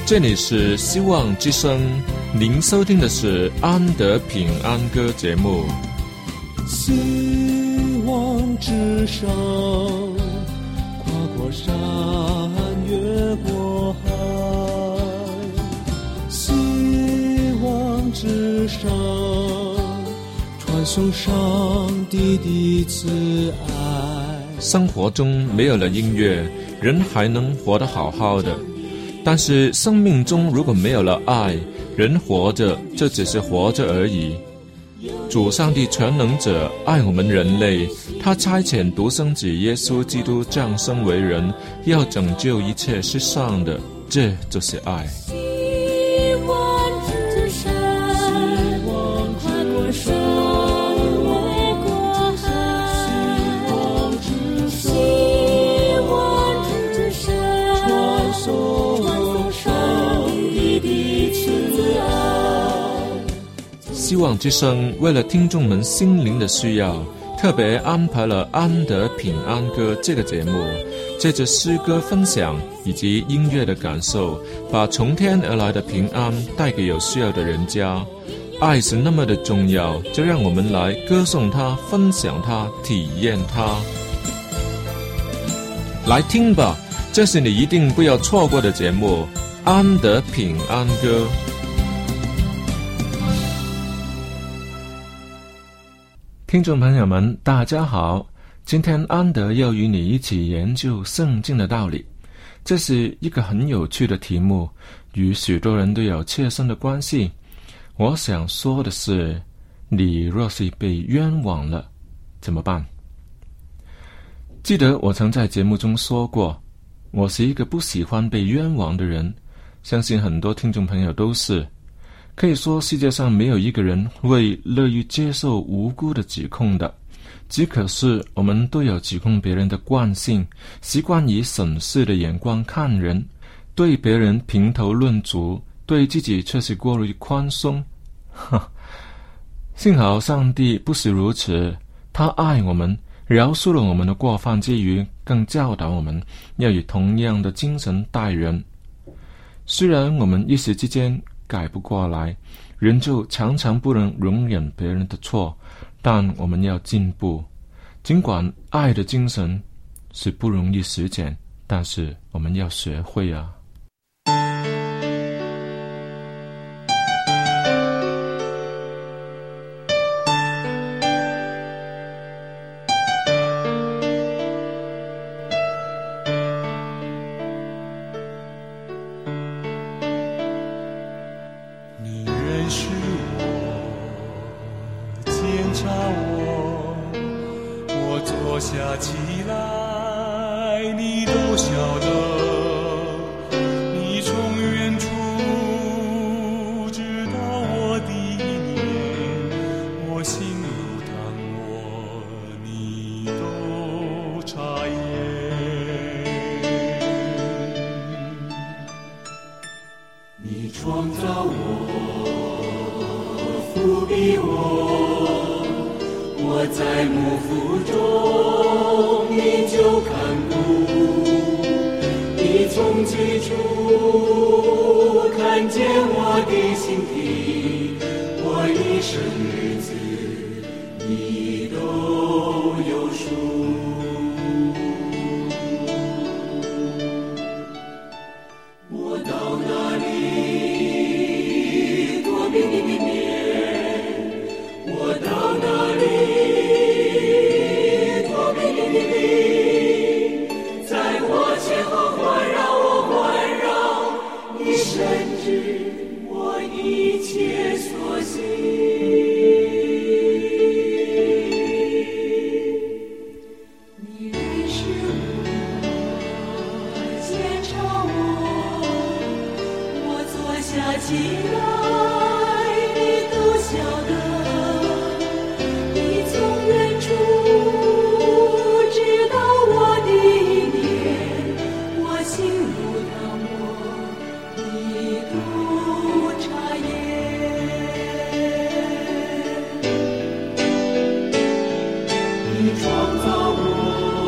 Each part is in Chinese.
这里是希望之声，您收听的是安德平安歌节目。 希望之声，跨过山，越过海。希望之声，传送上帝的慈爱。 生活中没有了音乐，人还能活得好好的。但是生命中如果没有了爱，人活着就只是活着而已。主上帝全能者爱我们人类，他差遣独生子耶稣基督降生为人，要拯救一切世上的，这就是爱。 希望之声，跨过山，越过海。希望之声，传送上帝的慈爱。 希望之声为了听众们心灵的需要，特别安排了安德平安歌这个节目，借着诗歌分享以及音乐的感受，把从天而来的平安带给有需要的人家。爱是那么的重要，就让我们来歌颂它，分享它，体验它。来听吧，这是你一定不要错过的节目，安德平安歌。听众朋友们，大家好，今天安德要与你一起研究圣经的道理。这是一个很有趣的题目，与许多人都有切身的关系。我想说的是，你若是被冤枉了，怎么办？记得我曾在节目中说过，我是一个不喜欢被冤枉的人，相信很多听众朋友都是。可以说世界上没有一个人会乐于接受无辜的指控的，只可是我们都有指控别人的惯性，习惯以审视的眼光看人，对别人评头论足，对自己却是过于宽松。幸好上帝不是如此，他爱我们，饶恕了我们的过犯之余，更教导我们要以同样的精神待人。虽然我们一时之间改不过来，人就常常不能容忍别人的错，但我们要进步。尽管爱的精神是不容易实践，但是我们要学会啊。 创造我，扶庇我，我在幕府中你就看顾，你从起初看见我的心体，我一生日子你都有数。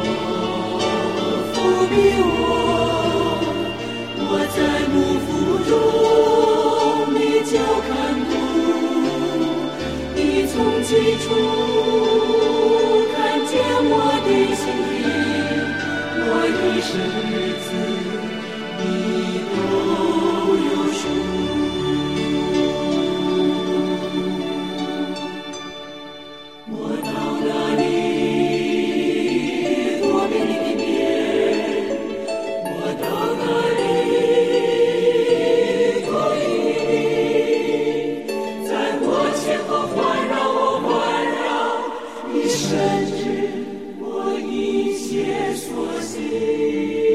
我在幕府中之处，看见我的心灵，我一生日子你都有数。我到哪里躲避你的面，我到哪里躲避你，在我前后环绕我环绕，你深知我一切所行。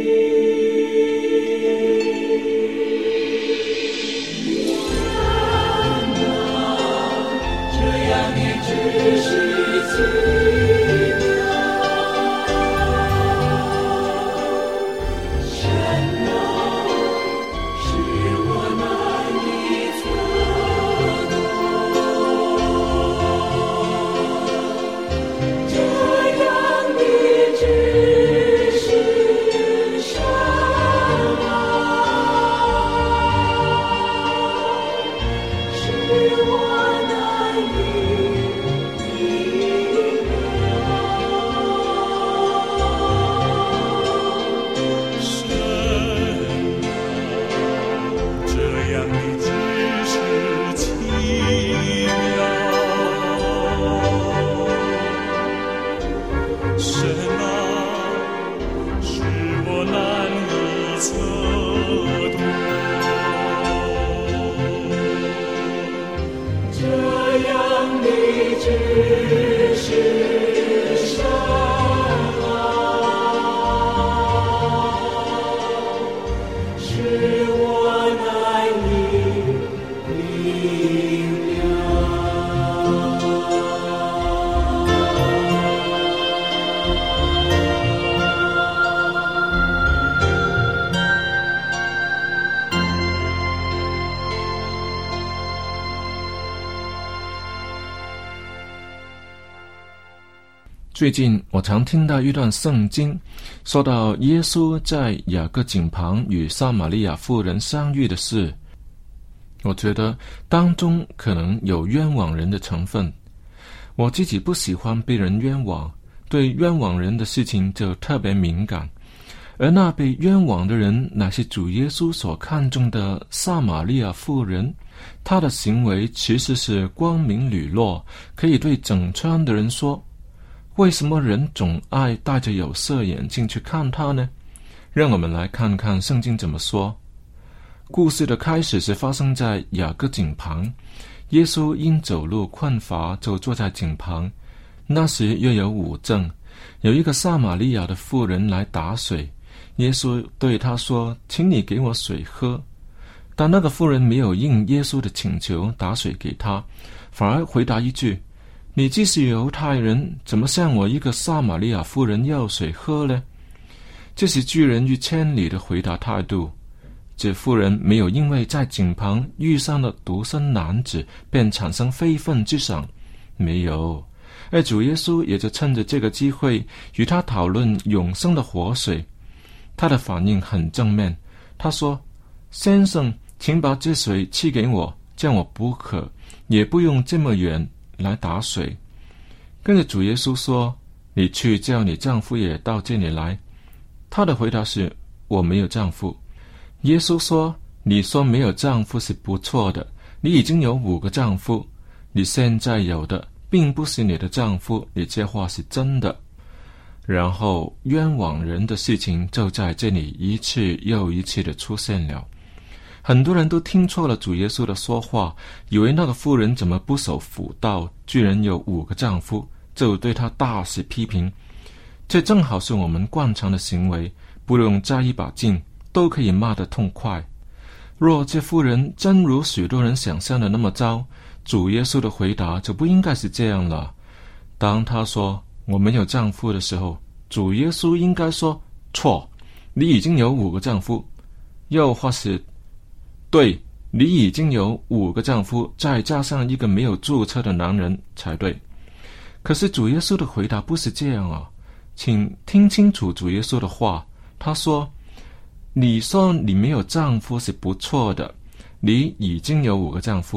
最近我常听到一段圣经，说到耶稣在雅各井旁与撒玛利亚妇人相遇的事。我觉得当中可能有冤枉人的成分。我自己不喜欢被人冤枉，对冤枉人的事情就特别敏感。而那被冤枉的人乃是主耶稣所看重的撒玛利亚妇人，她的行为其实是光明磊落，可以对整圈的人说，为什么人总爱戴着有色眼镜去看他呢？让我们来看看圣经怎么说。故事的开始是发生在雅各井旁，耶稣因走路困乏就坐在井旁。那时约有午正，有一个撒玛利亚的妇人来打水，耶稣对他说，请你给我水喝。但那个妇人没有应耶稣的请求打水给他，反而回答一句，你既是犹太人，怎么向我一个撒玛利亚妇人要水喝呢？这是拒人于千里的回答态度。这妇人没有因为在井旁遇上了独身男子便产生非分之想，没有。而主耶稣也就趁着这个机会与他讨论永生的活水。他的反应很正面，他说，先生，请把这水赐给我，叫我不渴，也不用这么远来打水。跟着主耶稣说，你去叫你丈夫也到这里来。她的回答是，我没有丈夫。耶稣说，你说没有丈夫是不错的，你已经有5个丈夫，你现在有的并不是你的丈夫，你这话是真的。然后冤枉人的事情就在这里一次又一次的出现了。很多人都听错了主耶稣的说话，以为那个妇人怎么不守妇道，居然有5个丈夫，就对她大肆批评。这正好是我们惯常的行为，不用摘一把镜都可以骂得痛快。若这妇人真如许多人想象的那么糟，主耶稣的回答就不应该是这样了。当他说我没有丈夫的时候，主耶稣应该说，错，你已经有5个丈夫。又或是，对，你已经有5个丈夫，再加上一个没有注册的男人才对。可是主耶稣的回答不是这样啊，请听清楚主耶稣的话。他说，你说你没有丈夫是不错的，你已经有5个丈夫，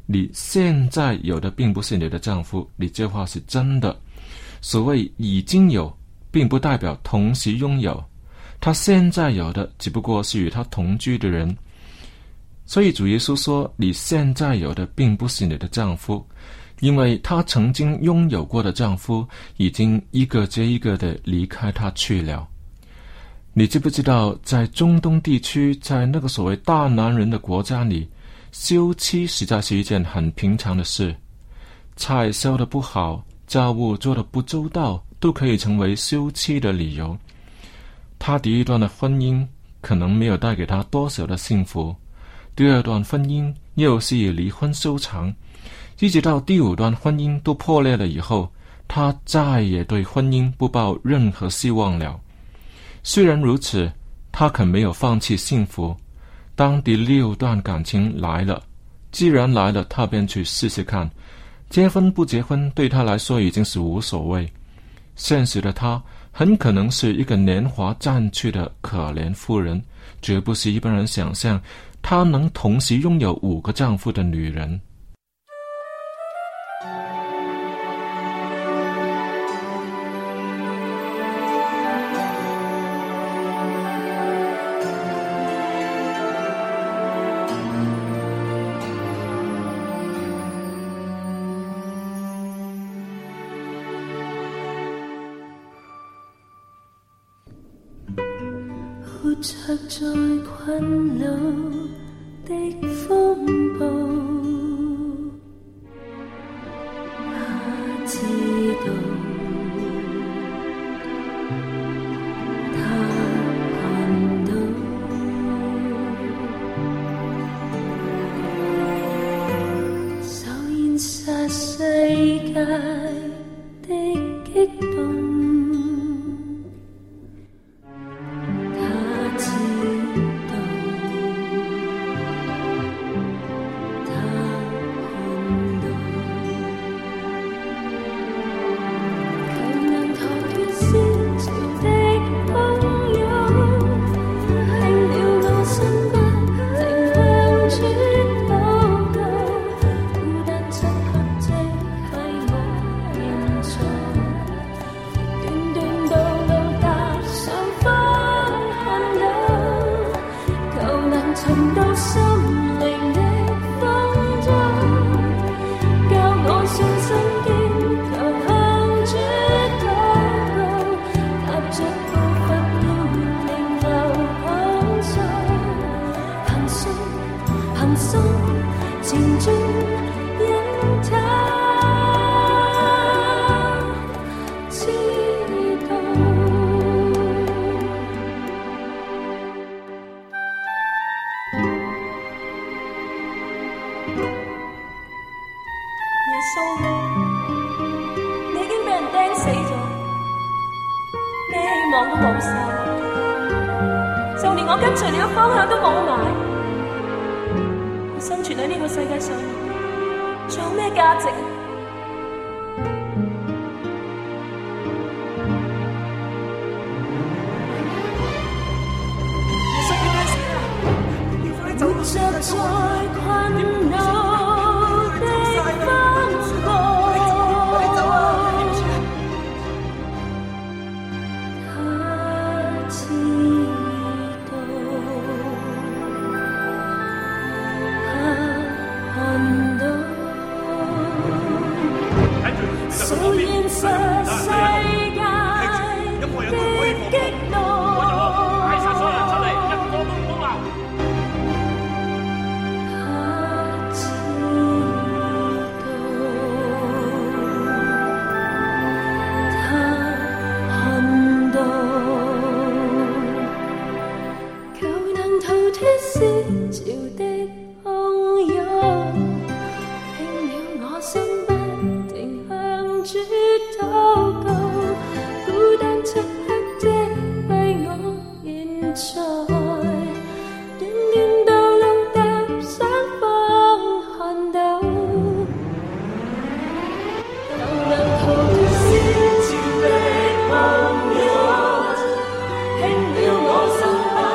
你现在有的并不是你的丈夫，你这话是真的。所谓已经有，并不代表同时拥有，他现在有的只不过是与他同居的人。所以主耶稣说，你现在有的并不是你的丈夫，因为他曾经拥有过的丈夫已经一个接一个的离开他去了。你知不知道，在中东地区，在那个所谓大男人的国家里，休妻实在是一件很平常的事。菜烧得不好，家务做得不周到，都可以成为休妻的理由。他第一段的婚姻可能没有带给他多少的幸福，第二段婚姻又是以离婚收场，一直到第五段婚姻都破裂了以后，他再也对婚姻不抱任何希望了。虽然如此，他可没有放弃幸福。当第六段感情来了，既然来了，他便去试试看。结婚不结婚对他来说已经是无所谓。现实的他很可能是一个年华占去的可怜妇人，绝不是一般人想象她能同时拥有5个丈夫的女人。 活着在困惱的風暴，他知道，他看到，受現實世界的激動。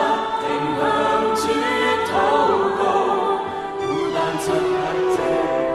漆黑的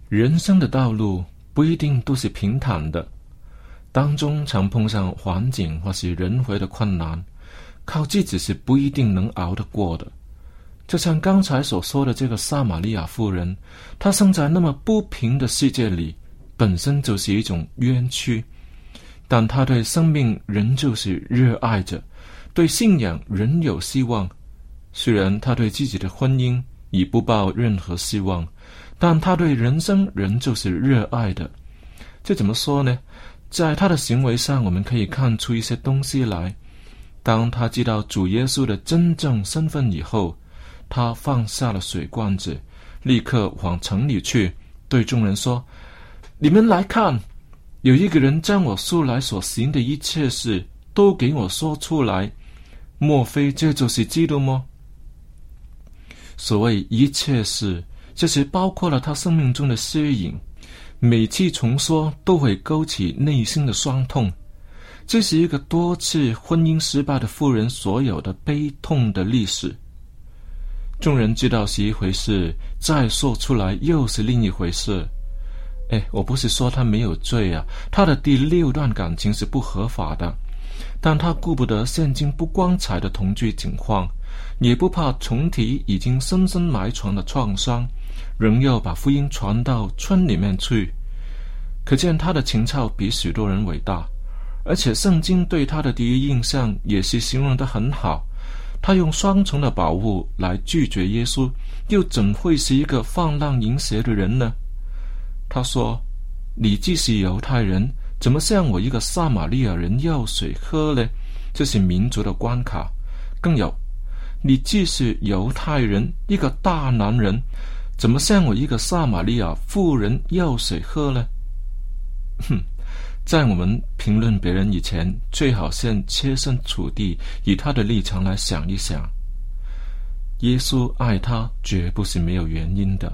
人生的道路不一定都是平坦的，当中常碰上环境或是人为的困难，靠自己是不一定能熬得过的。就像刚才所说的这个撒玛利亚妇人，她生在那么不平的世界里，本身就是一种冤屈，但她对生命仍旧是热爱着，对信仰仍有希望。虽然她对自己的婚姻已不抱任何希望，但她对人生仍旧是热爱的。这怎么说呢？在她的行为上，我们可以看出一些东西来。当她知道主耶稣的真正身份以后，她放下了水罐子，立刻往城里去，对众人说：你们来看，有一个人将我素来所行的一切事都给我说出来，莫非这就是基督吗？所谓一切事，就是包括了他生命中的虚影，每次重说都会勾起内心的伤痛。这是一个多次婚姻失败的妇人所有的悲痛的历史。众人知道是一回事，再说出来又是另一回事。我不是说他没有罪啊，他的第6段感情是不合法的，但他顾不得现今不光彩的同居情况，也不怕重提已经深深埋藏的创伤，仍要把福音传到村里面去。可见他的情操比许多人伟大，而且圣经对他的第一印象也是形容得很好。他用双重的宝物来拒绝耶稣，又怎会是一个放浪淫邪的人呢？他说：你既是犹太人，怎么向我一个撒玛利亚人要水喝呢？这是民族的关卡。更有，你既是犹太人，一个大男人，怎么向我一个撒玛利亚妇人要水喝呢？在我们评论别人以前，最好先切身处地，以他的立场来想一想。耶稣爱他绝不是没有原因的。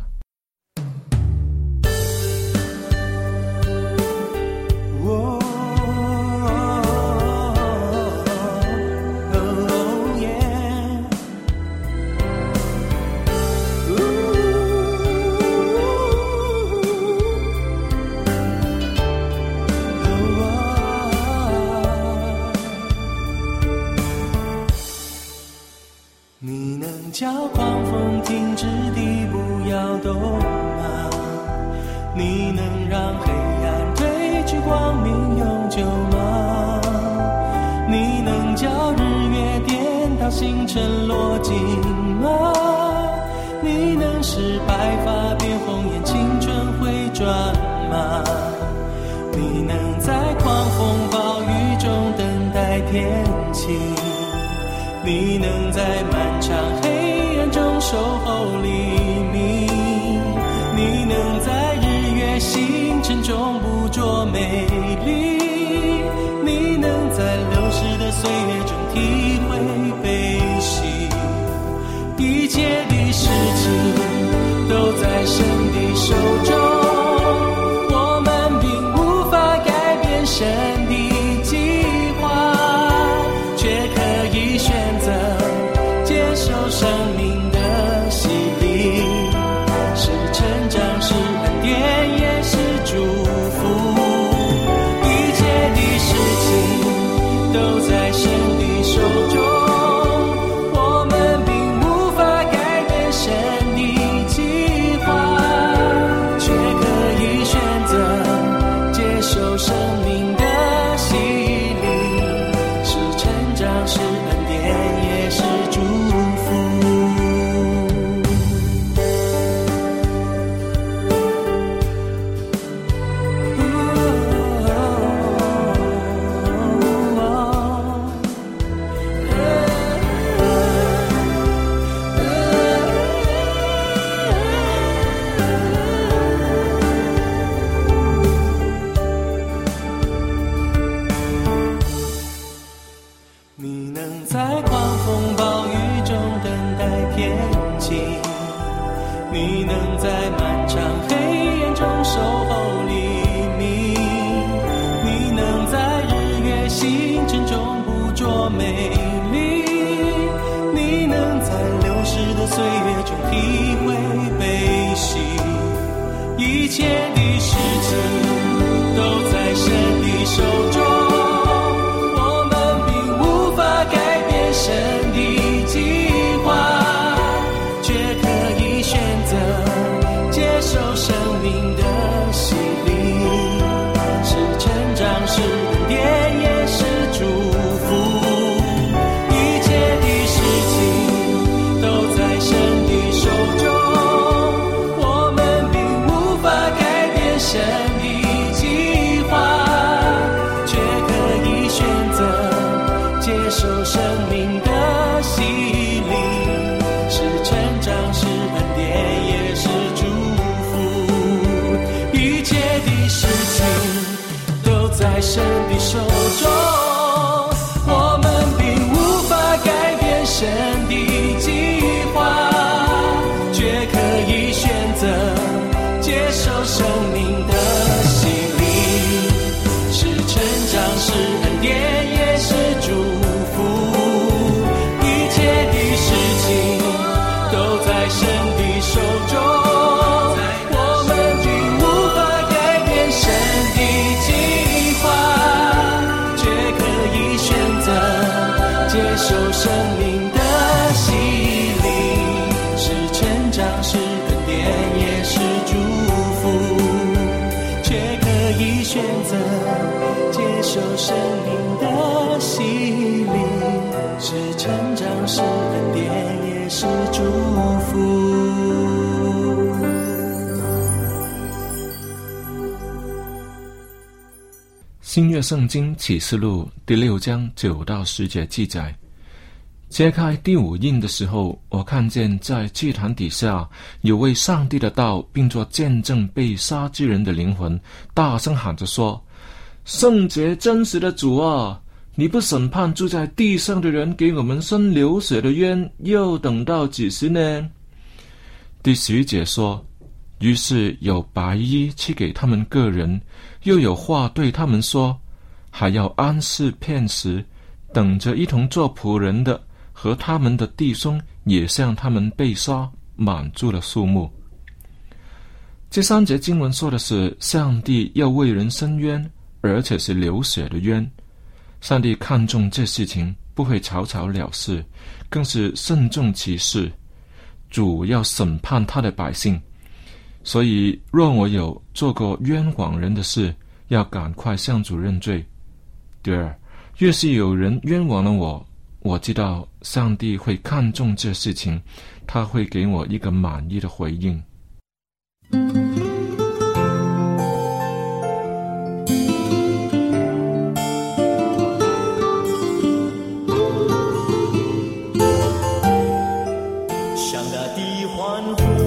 叫狂风停止地不要动吗？你能让黑暗褪去光明永久吗？你能叫日月颠倒星辰落尽吗？你能使白发变红颜青春回转吗？你能在狂风暴雨中等待天晴？你能在漫长黑暗中守候黎明？你能在日月星辰中捕捉美丽？你能在流逝的岁月中体会悲喜？一切的事情都在神的手中，我们并无法改变神的计划，却可以选择接受生命的洗礼，是成长，是恩典，也是祝福。一切的事情都在神的手中，我们并无法改变神的计划，却可以选择接受生命的洗礼，是成长，是恩典，也是祝福。你能在狂风暴雨中等待天晴，你能在漫长黑暗中守候黎明，你能在日月星辰中捕捉美丽，你能在流逝的岁月中体会悲喜。一切的事情都在神的手中，我们并无法改变神的计划，却可以选择接受生命的洗礼，是成长，是恩典，也是祝福。一切的事情都在神的手中，我们并无法改变神的计划，却可以选择接受生命的洗礼，是成长，是恩典，也是祝福。一切的事情都在神的手中，我们并无法改变神的计划，却可以选择接受生命的洗礼，是成长，是恩典，也是祝福。一切的事情都在神的手中，我们并无法改变神的计划，却可以选择接受生命的洗礼，是成长，是恩典，也是祝福，却可以选择接受生命的洗礼，是成长，是恩典，也是祝福。 新约圣经启示录第6章9到10节记载，揭开第5印的时候，我看见在祭坛底下有为上帝的道并作见证被杀之人的灵魂大声喊着说，圣洁真实的主啊，你不审判住在地上的人，给我们生流血的冤，又等到几时呢？第10节说，于是有白衣赐给他们个人，又有话对他们说，还要安息片时，等着一同做仆人的和他们的弟兄也像他们被杀，满足了数目。这3节经文说的是上帝要为人伸冤，而且是流血的冤。上帝看重这事情，不会草草了事，更是慎重其事。主要审判他的百姓，所以若我有做过冤枉人的事，要赶快向主认罪。第二，越是有人冤枉了我，我知道上帝会看重这事情，他会给我一个满意的回应。 向大地欢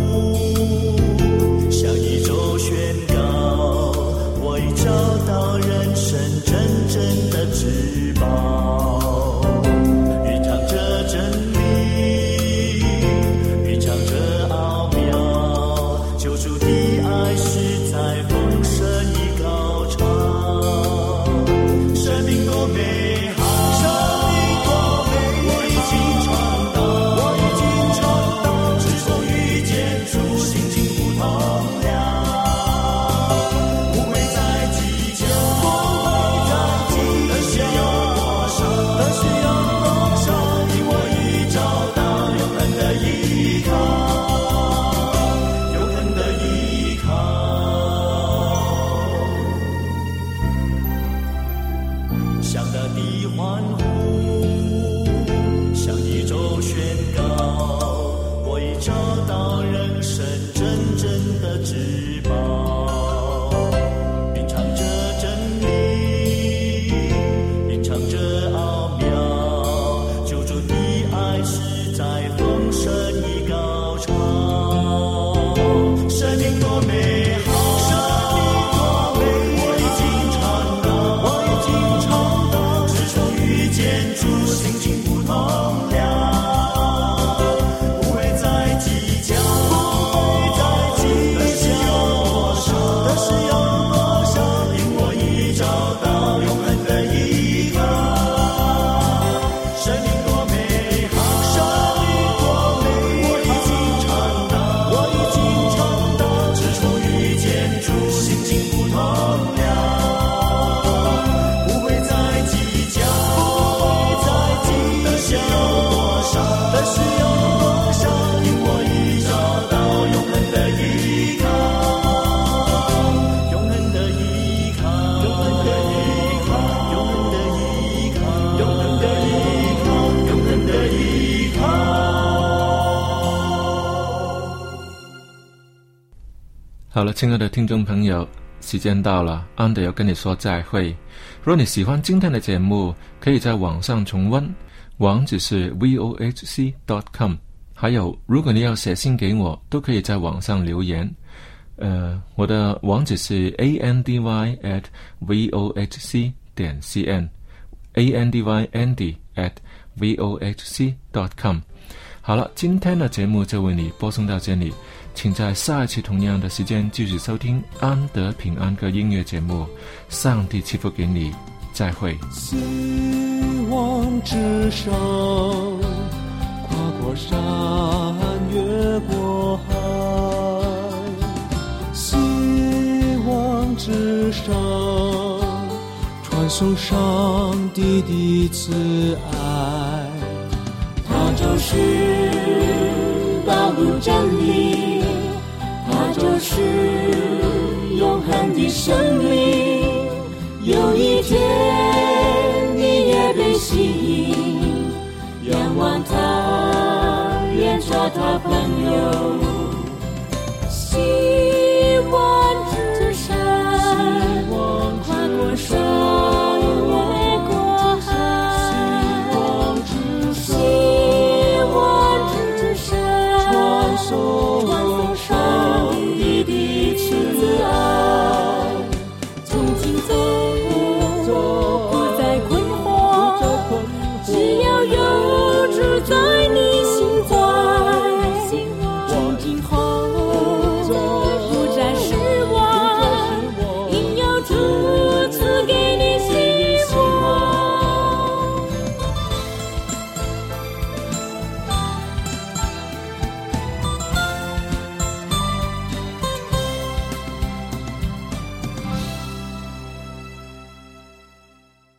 呼，向宇宙宣告，我已找到人生真正的至宝，蕴藏着真理，蕴藏着奥妙，救主的爱是在丰盛与高潮，生命多美好，生命多美好，我已经尝到，我已经尝到，自从遇见主，心情不同了，不会再计较，不会再计较，但是有多少，因我已找到永恒的依靠，永恒的依靠。向大地欢呼，向宇宙宣告，我已找到人生真正的至宝，蕴藏着真理，蕴藏着奥妙，救主的爱是在丰盛与高潮，生命多美好，生命多美好，我已经尝到，我已经尝到，自从遇见主，心情不同了，不会再计较，不会再计较，但是有多少，因我已找到永恒的依靠，生命多美好，生命多美好，我已经尝到，我已经尝到，自从遇见主， 好了，亲爱的听众朋友，时间到了，安德要跟你说再会。如果你喜欢今天的节目，可以在网上重温，网址是 vohc.com。 还有，如果你要写信给我，都可以在网上留言。我的网址是 andy@vohc.cn andy@vohc.com。 好了，今天的节目就为你播送到这里，请在下一期同样的时间继续收听安德平安歌音乐节目。上帝赐福给你，再会。 希望之上，跨过山，越过海，希望之上，传送上帝的慈爱。 它就是道路真理，它就是永恒的生命。有一天你也被吸引，仰望它，愿做他朋友。